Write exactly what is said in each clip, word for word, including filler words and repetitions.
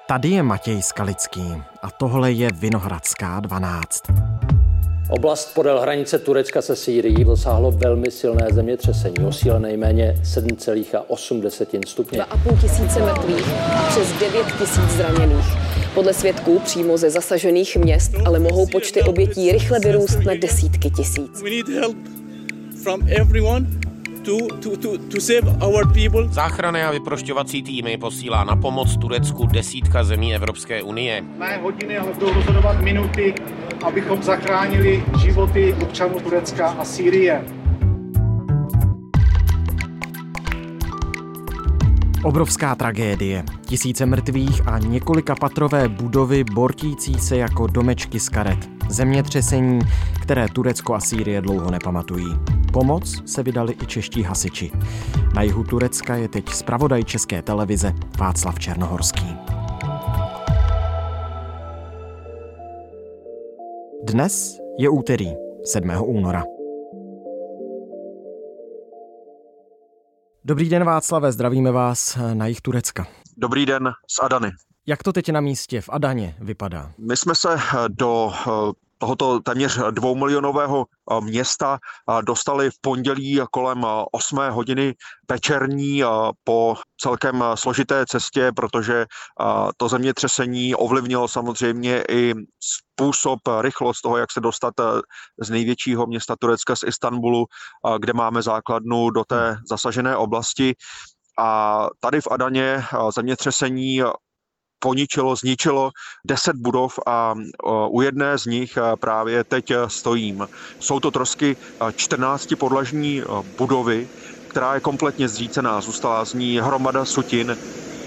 Tady je Matěj Skalický a tohle je Vinohradská dvanáct. Oblast podél hranice Turecka se Sýrií dosáhlo velmi silné zemětřesení, o síle nejméně sedm celá osm stupně. Dva a půl tisíce mrtvých, přes devět tisíc zraněných. Podle svědků přímo ze zasažených měst, ale mohou počty obětí rychle vyrůst na desítky tisíc. To, to, to, to save our people. Záchranné a vyprošťovací týmy posílá na pomoc Turecku desítka zemí Evropské unie. Ne hodiny, ale budou rozhodovat minuty, abychom zachránili životy občanů Turecka a Sýrie. Obrovská tragédie, tisíce mrtvých a několikapatrové budovy bortící se jako domečky z karet. Zemětřesení, které Turecko a Sýrie dlouho nepamatují. Pomoc se vydali i čeští hasiči. Na jihu Turecka je teď zpravodaj České televize Václav Černohorský. Dnes je úterý, sedmého února. Dobrý den, Václave, zdravíme vás na jih Turecka. Dobrý den z Adany. Jak to teď na místě v Adaně vypadá? My jsme se do tohoto téměř dvoumilionového města dostali v pondělí kolem osmé hodiny večerní po celkem složité cestě, protože to zemětřesení ovlivnilo samozřejmě i způsob, rychlost toho, jak se dostat z největšího města Turecka, z Istanbulu, kde máme základnu, do té zasažené oblasti. A tady v Adaně zemětřesení poničilo, zničilo deset budov a u jedné z nich právě teď stojím. Jsou to trosky čtrnáctipodlažní budovy, která je kompletně zřícená. Zůstala z ní hromada sutin.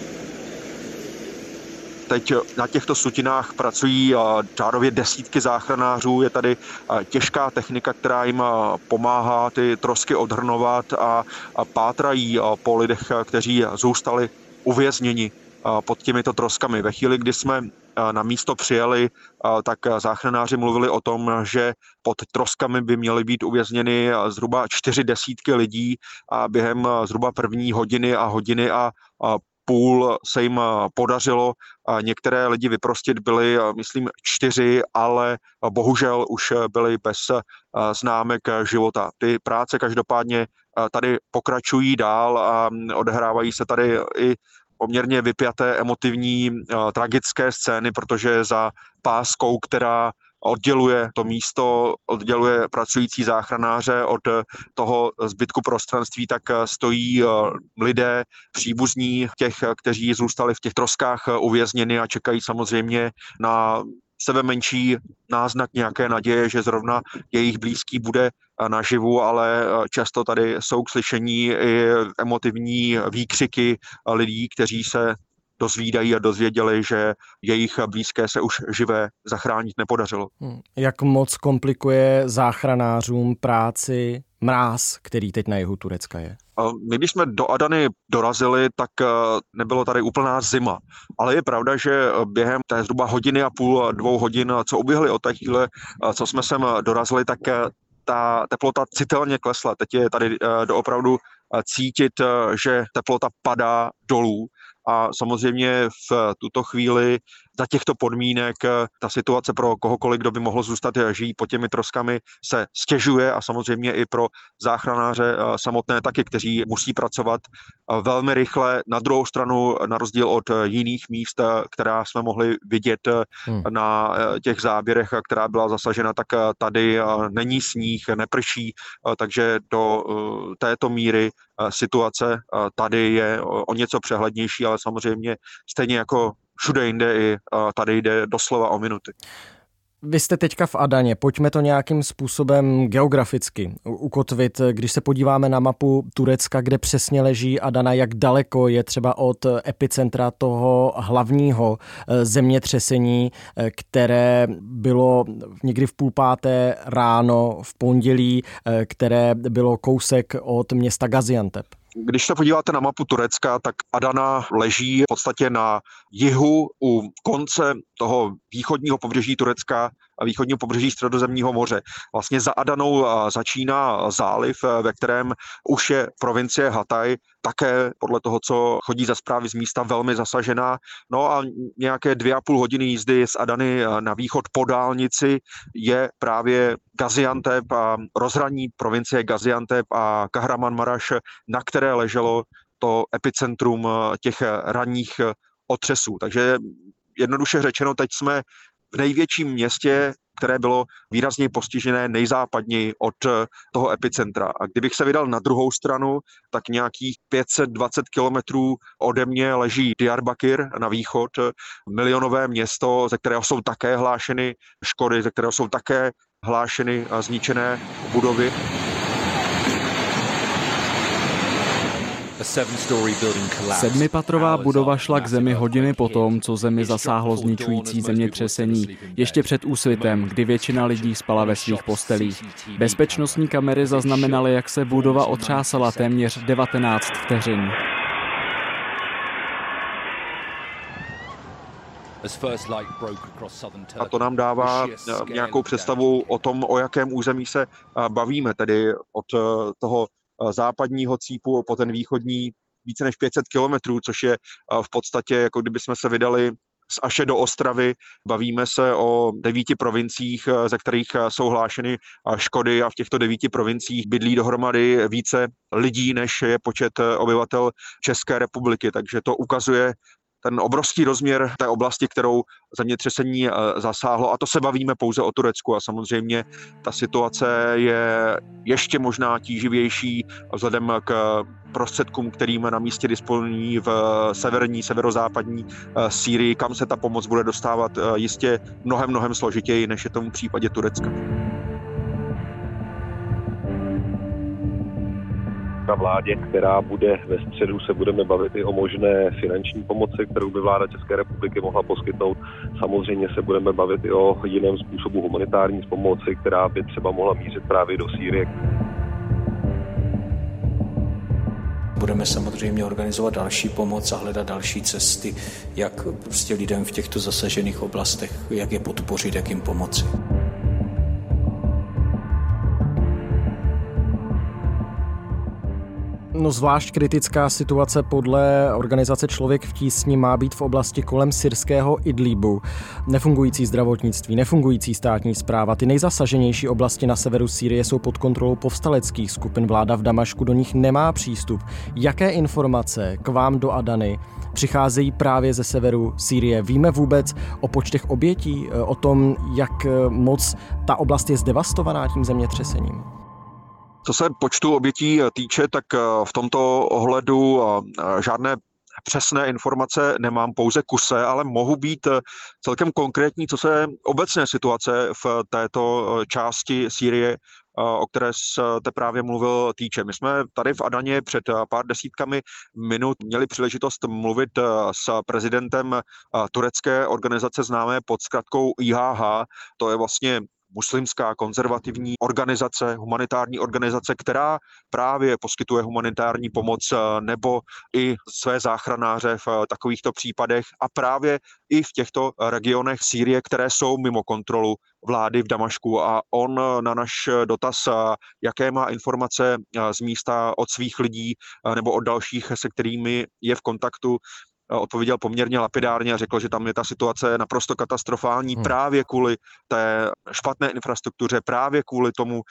Teď na těchto sutinách pracují řádově desítky záchranářů. Je tady těžká technika, která jim pomáhá ty trosky odhrnovat a pátrají po lidech, kteří zůstali uvězněni pod těmito troskami. Ve chvíli, kdy jsme na místo přijeli, tak záchranáři mluvili o tom, že pod troskami by měly být uvězněny zhruba čtyři desítky lidí a během zhruba první hodiny a hodiny a půl se jim podařilo některé lidi vyprostit. Byli, myslím, čtyři, ale bohužel už byli bez známek života. Ty práce každopádně tady pokračují dál a odehrávají se tady i poměrně vypjaté, emotivní, tragické scény, protože za páskou, která odděluje to místo, odděluje pracující záchranáře od toho zbytku prostranství, tak stojí lidé, příbuzní těch, kteří zůstali v těch troskách uvězněni a čekají samozřejmě na sebe menší náznak nějaké naděje, že zrovna jejich blízký bude naživu, ale často tady jsou k slyšení i emotivní výkřiky lidí, kteří se dozvídají a dozvěděli, že jejich blízké se už živé zachránit nepodařilo. Hmm. Jak moc komplikuje záchranářům práci mráz, který teď na jihu Turecka je? My, když jsme do Adany dorazili, tak nebylo tady úplná zima. Ale je pravda, že během té zhruba hodiny a půl, dvou hodin, co uběhly od té chvíle, co jsme sem dorazili, tak ta teplota citelně klesla. Teď je tady doopravdu cítit, že teplota padá dolů. A samozřejmě v tuto chvíli za těchto podmínek ta situace pro kohokoliv, kdo by mohl zůstat žít pod těmi troskami, se stěžuje a samozřejmě i pro záchranáře samotné taky, kteří musí pracovat velmi rychle. Na druhou stranu, na rozdíl od jiných míst, která jsme mohli vidět hmm. na těch záběrech, která byla zasažena, tak tady není sníh, neprší, takže do této míry situace tady je o něco přehlednější, ale samozřejmě stejně jako všude jinde i tady jde doslova o minuty. Vy jste teďka v Adaně, pojďme to nějakým způsobem geograficky ukotvit. Když se podíváme na mapu Turecka, kde přesně leží Adana, jak daleko je třeba od epicentra toho hlavního zemětřesení, které bylo někdy v půl páté ráno v pondělí, které bylo kousek od města Gaziantep. Když se podíváte na mapu Turecka, tak Adana leží v podstatě na jihu u konce toho východního pobřeží Turecka východního pobřeží Středozemního moře. Vlastně za Adanou začíná záliv, ve kterém už je provincie Hatay také podle toho, co chodí za zprávy z místa, velmi zasažená. No a nějaké dvě a půl hodiny jízdy z Adany na východ po dálnici je právě Gaziantep a rozhraní provincie Gaziantep a Kahramanmaraš, na které leželo to epicentrum těch ranních otřesů. Takže jednoduše řečeno, teď jsme v největším městě, které bylo výrazně postižené nejzápadněji od toho epicentra. A kdybych se vydal na druhou stranu, tak nějakých pět set dvacet kilometrů ode mě leží Diyarbakir na východ, milionové město, ze kterého jsou také hlášeny škody, ze kterého jsou také hlášeny a zničené budovy. Sedmipatrová budova šla k zemi hodiny potom, co zemi zasáhlo zničující zemětřesení. Ještě před úsvitem, kdy většina lidí spala ve svých postelích. Bezpečnostní kamery zaznamenaly, jak se budova otřásala téměř devatenáct vteřin. A to nám dává nějakou představu o tom, o jakém území se bavíme, tedy od toho západního cípu po ten východní více než pět set kilometrů, což je v podstatě, jako kdyby jsme se vydali z Aše do Ostravy. Bavíme se o devíti provinciích, ze kterých jsou hlášeny škody a v těchto devíti provinciích bydlí dohromady více lidí, než je počet obyvatel České republiky. Takže to ukazuje ten obrovský rozměr té oblasti, kterou zemětřesení zasáhlo. A to se bavíme pouze o Turecku. A samozřejmě ta situace je ještě možná tíživější vzhledem k prostředkům, kterým na místě disponují v severní, severozápadní Sýrii, kam se ta pomoc bude dostávat jistě mnohem, mnohem složitěji, než je tomu v případě Turecka. Na vládě, která bude ve středu, se budeme bavit i o možné finanční pomoci, kterou by vláda České republiky mohla poskytnout. Samozřejmě se budeme bavit i o jiném způsobu humanitární pomoci, která by třeba mohla mířit právě do Sýrie. Budeme samozřejmě organizovat další pomoc a hledat další cesty, jak prostě lidem v těchto zasažených oblastech, jak je podpořit, jak jim pomoci. No, zvlášť kritická situace podle organizace Člověk v tísni má být v oblasti kolem syrského Idlíbu. Nefungující zdravotnictví, nefungující státní správa. Ty nejzasaženější oblasti na severu Sýrie jsou pod kontrolou povstaleckých skupin. Vláda v Damašku do nich nemá přístup. Jaké informace k vám do Adany přicházejí právě ze severu Sýrie? Víme vůbec o počtech obětí, o tom, jak moc ta oblast je zdevastovaná tím zemětřesením? Co se počtu obětí týče, tak v tomto ohledu žádné přesné informace nemám, pouze kuse, ale mohu být celkem konkrétní, co se obecné situace v této části Sýrie, o které jste právě mluvil, týče. My jsme tady v Adaně před pár desítkami minut měli příležitost mluvit s prezidentem turecké organizace známé pod zkratkou I H H. To je vlastně muslimská konzervativní organizace, humanitární organizace, která právě poskytuje humanitární pomoc nebo i své záchranáře v takovýchto případech a právě i v těchto regionech Sýrie, které jsou mimo kontrolu vlády v Damašku. A on na náš dotaz, jaké má informace z místa od svých lidí nebo od dalších, se kterými je v kontaktu, odpověděl poměrně lapidárně a řekl, že tam je ta situace naprosto katastrofální hmm. právě kvůli té špatné infrastruktuře, právě kvůli tomu,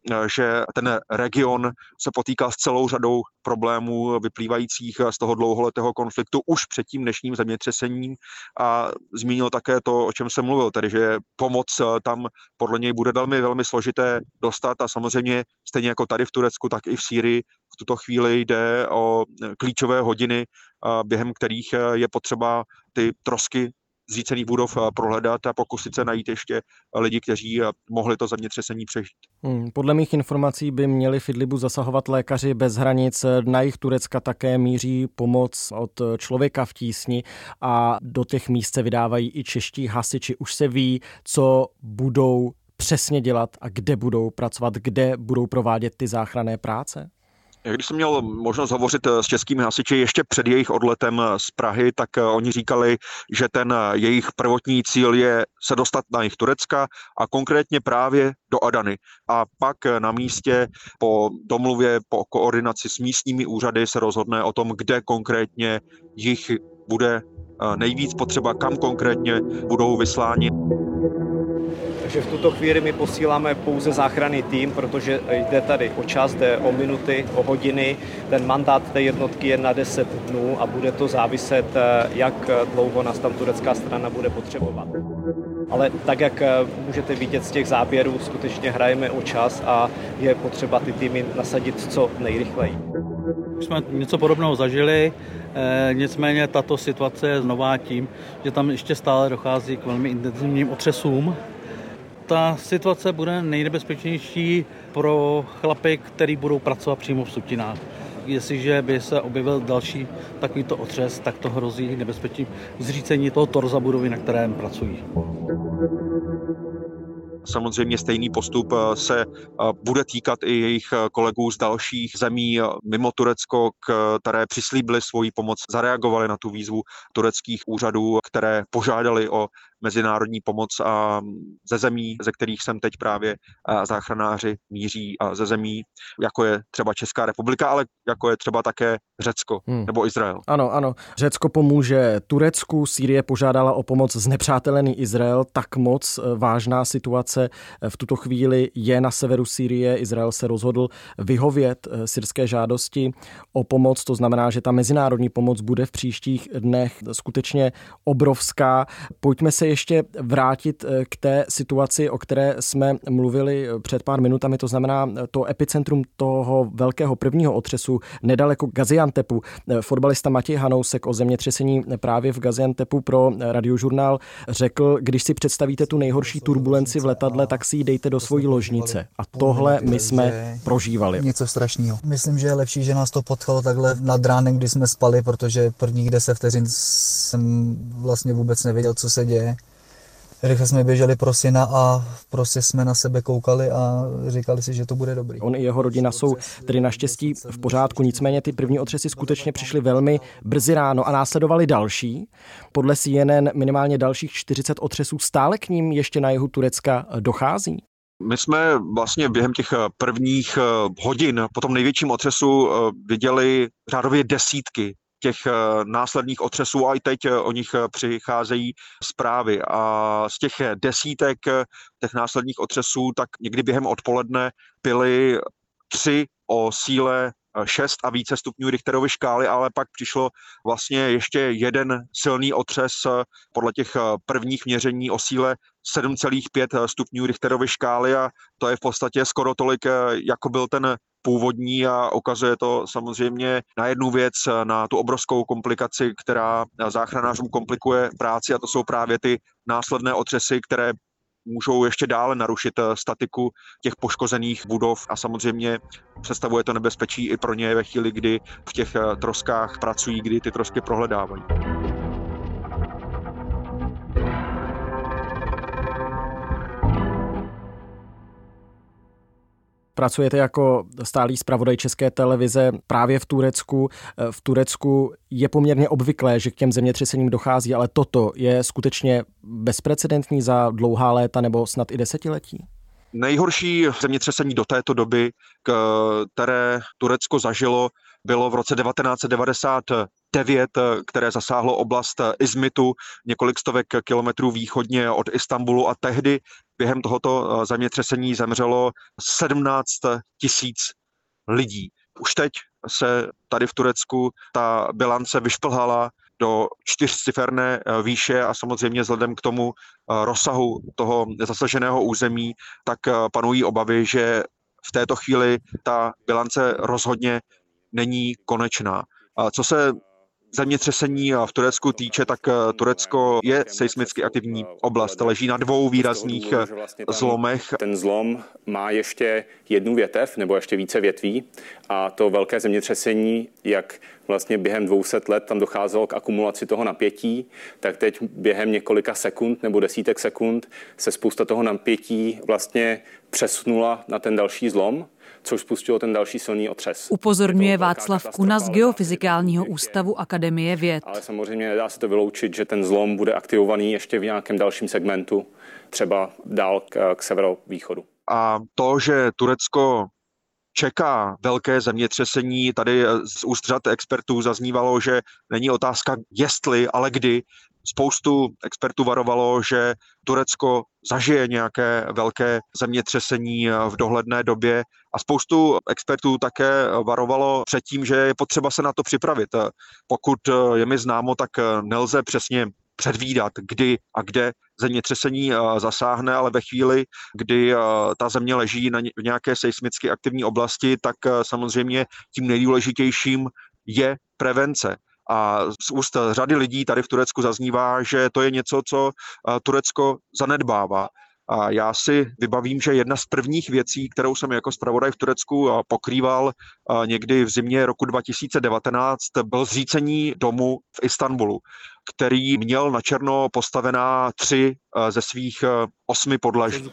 že ten region se potýkal s celou řadou problémů vyplývajících z toho dlouholetého konfliktu už před tím dnešním zemětřesením a zmínil také to, o čem jsem mluvil, tedy že pomoc tam podle něj bude velmi, velmi složité dostat a samozřejmě stejně jako tady v Turecku, tak i v Sýrii v tuto chvíli jde o klíčové hodiny, během kterých je potřeba ty trosky zřícených budov prohledat a pokusit se najít ještě lidi, kteří mohli to zemětřesení přežít. Hmm, podle mých informací by měli v Idlibu zasahovat lékaři bez hranic. Na jih Turecka také míří pomoc od Člověka v tísni a do těch míst se vydávají i čeští hasiči. Už se ví, co budou přesně dělat a kde budou pracovat, kde budou provádět ty záchranné práce? Když jsem měl možnost hovořit s českými hasiči ještě před jejich odletem z Prahy, tak oni říkali, že ten jejich prvotní cíl je se dostat na jih Turecka a konkrétně právě do Adany. A pak na místě po domluvě, po koordinaci s místními úřady se rozhodne o tom, kde konkrétně jich bude nejvíc potřeba, kam konkrétně budou vysláni. Takže v tuto chvíli my posíláme pouze záchranný tým, protože jde tady o čas, jde o minuty, o hodiny. Ten mandát té jednotky je na deset dnů a bude to záviset, jak dlouho nás tam turecká strana bude potřebovat. Ale tak, jak můžete vidět z těch záběrů, skutečně hrajeme o čas a je potřeba ty týmy nasadit co nejrychleji. Už jsme něco podobného zažili, e, nicméně tato situace je nová tím, že tam ještě stále dochází k velmi intenzivním otřesům. Ta situace bude nejnebezpečnější pro chlapy, který budou pracovat přímo v sutinách. Jestliže by se objevil další takovýto otřes, tak to hrozí nebezpečí zřícení toho torza budovy, na kterém pracují. Samozřejmě stejný postup se bude týkat i jejich kolegů z dalších zemí mimo Turecko, které přislíbily svoji pomoc, zareagovali na tu výzvu tureckých úřadů, které požádali o mezinárodní pomoc a ze zemí, ze kterých sem teď právě záchranáři míří, a ze zemí, jako je třeba Česká republika, ale jako je třeba také Řecko hmm. nebo Izrael. Ano, ano. Řecko pomůže Turecku, Sýrie požádala o pomoc znepřátelený Izrael, tak moc vážná situace v tuto chvíli je na severu Sýrie. Izrael se rozhodl vyhovět syrské žádosti o pomoc, to znamená, že ta mezinárodní pomoc bude v příštích dnech skutečně obrovská. Pojďme se ještě vrátit k té situaci, o které jsme mluvili před pár minutami, to znamená to epicentrum toho velkého prvního otřesu nedaleko Gaziantepu. Fotbalista Matěj Hanousek o zemětřesení právě v Gaziantepu pro Radiožurnál řekl, když si představíte tu nejhorší turbulenci v letadle, tak si ji dejte do svojí ložnice. A tohle my jsme prožívali. Něco strašného. Myslím, že je lepší, že nás to potkalo takhle nad ránem, kdy jsme spali, protože prvních deset vteřin jsem vlastně vůbec nevěděl, co se děje. Rychle jsme běželi pro syna a prostě jsme na sebe koukali a říkali si, že to bude dobrý. On i jeho rodina jsou tedy naštěstí v pořádku, nicméně ty první otřesy skutečně přišly velmi brzy ráno a následovali další. Podle C N N minimálně dalších čtyřicet otřesů stále k ním ještě na jihu Turecka dochází. My jsme vlastně během těch prvních hodin po tom největším otřesu viděli řádově desítky těch následných otřesů a i teď o nich přicházejí zprávy. A z těch desítek těch následných otřesů tak někdy během odpoledne byly tři o síle šest a více stupňů Richterovy škály, ale pak přišlo vlastně ještě jeden silný otřes podle těch prvních měření o síle sedm celá pět stupňů Richterovy škály a to je v podstatě skoro tolik, jako byl ten původní a ukazuje to samozřejmě na jednu věc, na tu obrovskou komplikaci, která záchranářům komplikuje práci a to jsou právě ty následné otřesy, které můžou ještě dále narušit statiku těch poškozených budov a samozřejmě představuje to nebezpečí i pro ně ve chvíli, kdy v těch troskách pracují, kdy ty trosky prohledávají. Pracujete jako stálý zpravodaj České televize právě v Turecku. V Turecku je poměrně obvyklé, že k těm zemětřesením dochází, ale toto je skutečně bezprecedentní za dlouhá léta nebo snad i desetiletí? Nejhorší zemětřesení do této doby, které Turecko zažilo, bylo v roce devatenáct set devadesát devět, které zasáhlo oblast Izmitu, několik stovek kilometrů východně od Istanbulu a tehdy během tohoto zemětřesení zemřelo sedmnáct tisíc lidí. Už teď se tady v Turecku ta bilance vyšplhala do čtyřciferné výše a samozřejmě vzhledem k tomu rozsahu toho zasaženého území, tak panují obavy, že v této chvíli ta bilance rozhodně není konečná. Co se zemětřesení v Turecku týče, tak Turecko je seismicky aktivní oblast. Leží na dvou výrazných zlomech. Ten zlom má ještě jednu větev nebo ještě více větví a to velké zemětřesení, jak vlastně během dvou set let tam docházelo k akumulaci toho napětí, tak teď během několika sekund nebo desítek sekund se spousta toho napětí vlastně přesunula na ten další zlom což spustilo ten další silný otřes. Upozorňuje Václav Kuna z Geofyzikálního ústavu Akademie věd. Ale samozřejmě nedá se to vyloučit, že ten zlom bude aktivovaný ještě v nějakém dalším segmentu, třeba dál k, k severovýchodu. A to, že Turecko čeká velké zemětřesení, tady z úst řad expertů zaznívalo, že není otázka jestli, ale kdy. Spoustu expertů varovalo, že Turecko zažije nějaké velké zemětřesení v dohledné době a spoustu expertů také varovalo před tím, že je potřeba se na to připravit. Pokud je mi známo, tak nelze přesně předvídat, kdy a kde zemětřesení zasáhne, ale ve chvíli, kdy ta země leží na v nějaké seismicky aktivní oblasti, tak samozřejmě tím nejdůležitějším je prevence. A z úst řady lidí tady v Turecku zaznívá, že to je něco, co Turecko zanedbává. A já si vybavím, že jedna z prvních věcí, kterou jsem jako zpravodaj v Turecku pokrýval někdy v zimě roku dva tisíce devatenáct, byl zřícení domu v Istanbulu, který měl na černo postavená tři ze svých osmi podlaží.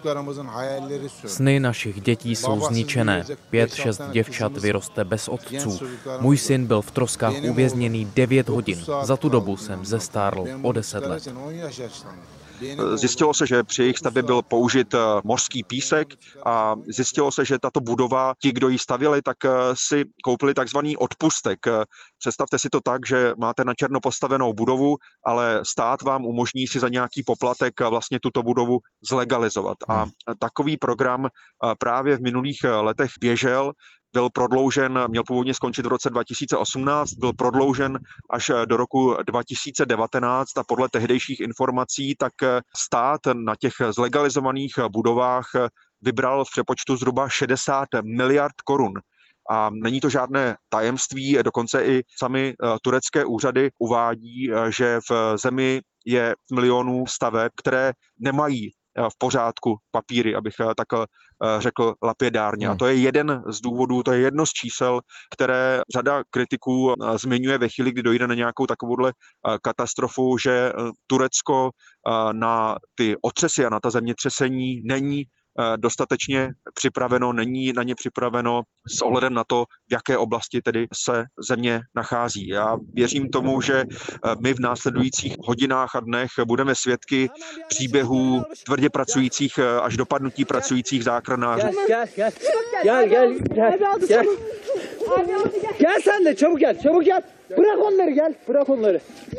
Sny našich dětí jsou zničené. Pět, šest děvčat vyroste bez otců. Můj syn byl v troskách uvězněný devět hodin. Za tu dobu jsem zestárl o deset let. Zjistilo se, že při jejich stavbě byl použit mořský písek a zjistilo se, že tato budova, ti, kdo ji stavěli, tak si koupili takzvaný odpustek. Představte si to tak, že máte na černo postavenou budovu, ale stát vám umožní si za nějaký poplatek vlastně tuto budovu zlegalizovat. A takový program právě v minulých letech běžel, byl prodloužen, měl původně skončit v roce dva tisíce osmnáct, byl prodloužen až do roku dva tisíce devatenáct a podle tehdejších informací tak stát na těch zlegalizovaných budovách vybral v přepočtu zhruba šedesát miliard korun. A není to žádné tajemství, dokonce i sami turecké úřady uvádí, že v zemi je milionů staveb, které nemají v pořádku papíry, abych tak řekl lapidárně. A to je jeden z důvodů, to je jedno z čísel, které řada kritiků zmiňuje ve chvíli, kdy dojde na nějakou takovouhle katastrofu, že Turecko na ty otřesy a na ta zemětřesení není dostatečně připraveno, není na ně připraveno s ohledem na to, v jaké oblasti tedy se země nachází. Já věřím tomu, že my v následujících hodinách a dnech budeme svědky příběhů tvrdě pracujících až dopadnutí pracujících záchranářů. Gel, gel, gel, gel. Gel sen de, çabuk gel, çabuk gel. Bırak onları, gel, bırak onları.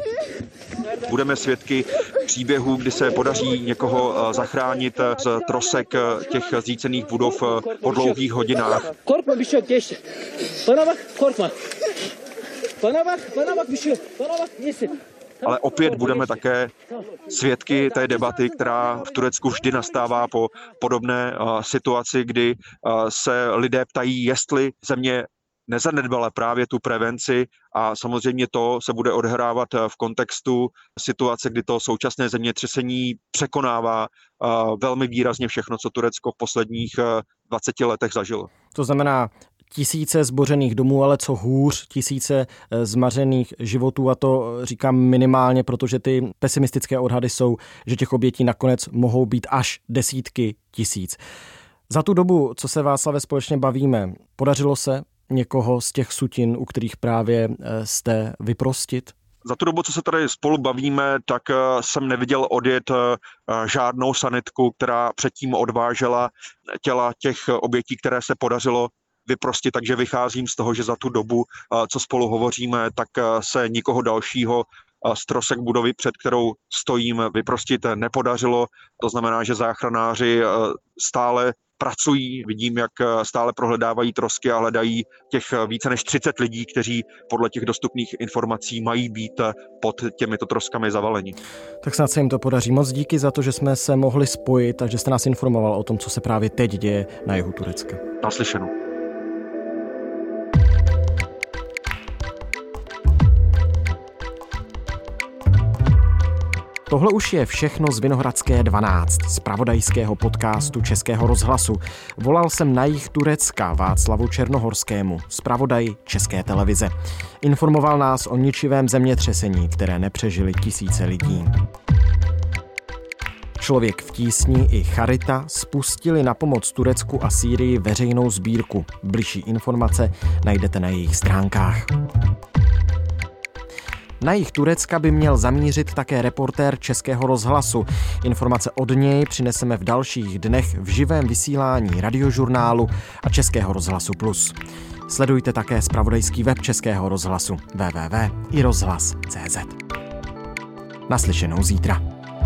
Budeme svědky příběhů, kdy se podaří někoho zachránit z trosek těch zřícených budov po dlouhých hodinách. Korkma, bir şey yok, geçti. Bana bak, korkma. Bana bak, bana bak, bir şey yok. Bana bak, iyisin. Ale opět budeme také svědky té debaty, která v Turecku vždy nastává po podobné situaci, kdy se lidé ptají, jestli země nezanedbala právě tu prevenci a samozřejmě to se bude odehrávat v kontextu situace, kdy to současné zemětřesení překonává velmi výrazně všechno, co Turecko v posledních dvaceti letech zažilo. To znamená tisíce zbořených domů, ale co hůř, tisíce zmařených životů a to říkám minimálně, protože ty pesimistické odhady jsou, že těch obětí nakonec mohou být až desítky tisíc. Za tu dobu, co se Václave společně bavíme, podařilo se někoho z těch sutin, u kterých právě jste vyprostit? Za tu dobu, co se tady spolu bavíme, tak jsem neviděl odjet žádnou sanitku, která předtím odvážela těla těch obětí, které se podařilo vyprostit, takže vycházím z toho, že za tu dobu, co spolu hovoříme, tak se nikoho dalšího z trosek budovy, před kterou stojím, vyprostit nepodařilo. To znamená, že záchranáři stále pracují, vidím, jak stále prohledávají trosky a hledají těch více než třicet lidí, kteří podle těch dostupných informací mají být pod těmito troskami zavaleni. Tak snad se jim to podaří. Moc díky za to, že jsme se mohli spojit a že jste nás informoval o tom, co se právě teď děje na jihu Turecka. Naslyšenou. Tohle už je všechno z Vinohradské dvanáct, z zpravodajského podcastu Českého rozhlasu. Volal jsem na jih Turecka Václavu Černohorskému, zpravodaj České televize. Informoval nás o ničivém zemětřesení, které nepřežili tisíce lidí. Člověk v tísni i Charita spustili na pomoc Turecku a Sýrii veřejnou sbírku. Bližší informace najdete na jejich stránkách. Na jih Turecka by měl zamířit také reportér Českého rozhlasu. Informace od něj přineseme v dalších dnech v živém vysílání Radiožurnálu a Českého rozhlasu Plus. Sledujte také zpravodajský web Českého rozhlasu w w w tečka i rozhlas tečka cé zet. Naslyšenou zítra.